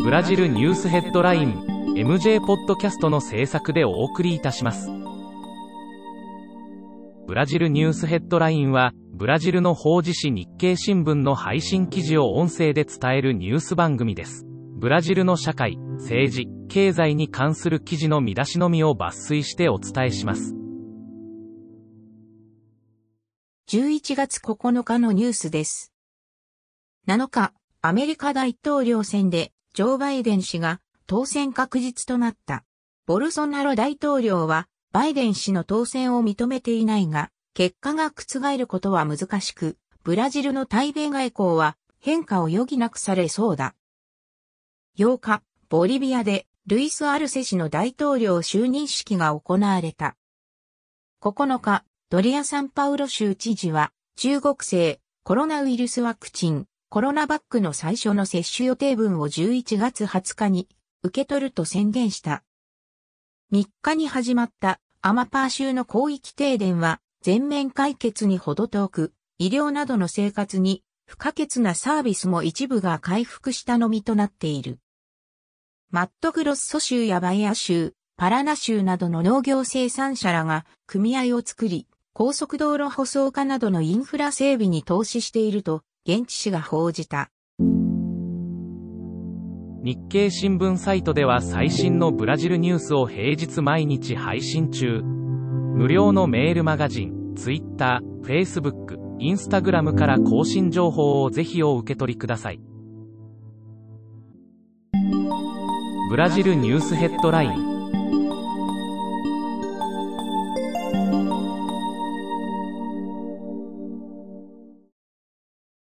ブラジルニュースヘッドライン MJ ポッドキャストの制作でお送りいたします。ブラジルニュースヘッドラインは、ブラジルの法事紙日経新聞の配信記事を音声で伝えるニュース番組です。ブラジルの社会、政治、経済に関する記事の見出しのみを抜粋してお伝えします。 11月9日のニュースです。7日、アメリカ大統領選で、ジョー・バイデン氏が当選確実となった。ボルソナロ大統領は、バイデン氏の当選を認めていないが、結果が覆ることは難しく、ブラジルの対米外交は変化を余儀なくされそうだ。8日、ボリビアでルイス・アルセ氏の大統領就任式が行われた。9日、ドリア・サンパウロ州知事は、中国製コロナウイルスワクチン、コロナバッグの最初の接種予定分を11月20日に受け取ると宣言した。3日に始まったアマパー州の広域停電は全面解決に程遠く、医療などの生活に不可欠なサービスも一部が回復したのみとなっている。マットグロッソ州やバイア州、パラナ州などの農業生産者らが組合を作り、高速道路舗装化などのインフラ整備に投資していると現地紙が報じた。 日経新聞サイトでは最新のブラジルニュースを平日毎日配信中。無料のメールマガジン、Twitter、Facebook、Instagram から更新情報をぜひお受け取りください。ブラジルニュースヘッドライン